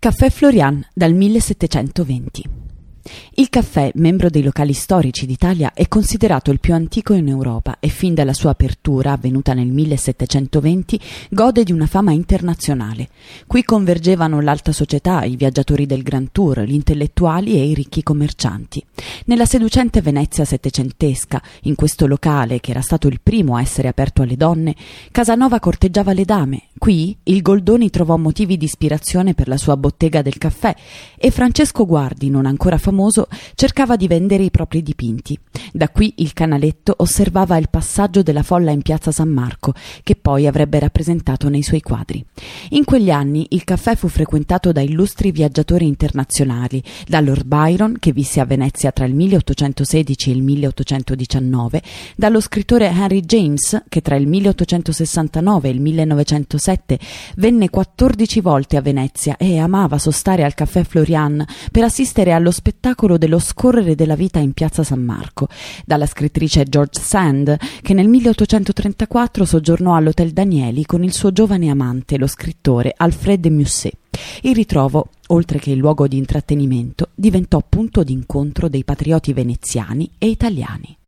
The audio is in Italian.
Caffè Florian dal 1720. Il caffè, membro dei locali storici d'Italia, è considerato il più antico in Europa e fin dalla sua apertura, avvenuta nel 1720, gode di una fama internazionale. Qui convergevano l'alta società, i viaggiatori del Grand Tour, gli intellettuali e i ricchi commercianti. Nella seducente Venezia settecentesca, in questo locale, che era stato il primo a essere aperto alle donne, Casanova corteggiava le dame. Qui il Goldoni trovò motivi di ispirazione per la sua bottega del caffè e Francesco Guardi, non ancora famoso, cercava di vendere i propri dipinti. Da qui il Canaletto osservava il passaggio della folla in piazza San Marco, che poi avrebbe rappresentato nei suoi quadri. In quegli anni il caffè fu frequentato da illustri viaggiatori internazionali, da Lord Byron, che visse a Venezia tra il 1816 e il 1819, dallo scrittore Henry James, che tra il 1869 e il 1907 venne 14 volte a Venezia e amava sostare al Caffè Florian per assistere allo spettacolo dello scorrere della vita in piazza San Marco, dalla scrittrice George Sand, che nel 1834 soggiornò all'Hotel Danieli con il suo giovane amante, lo scrittore Alfred de Musset. Il ritrovo, oltre che il luogo di intrattenimento, diventò punto d'incontro dei patrioti veneziani e italiani.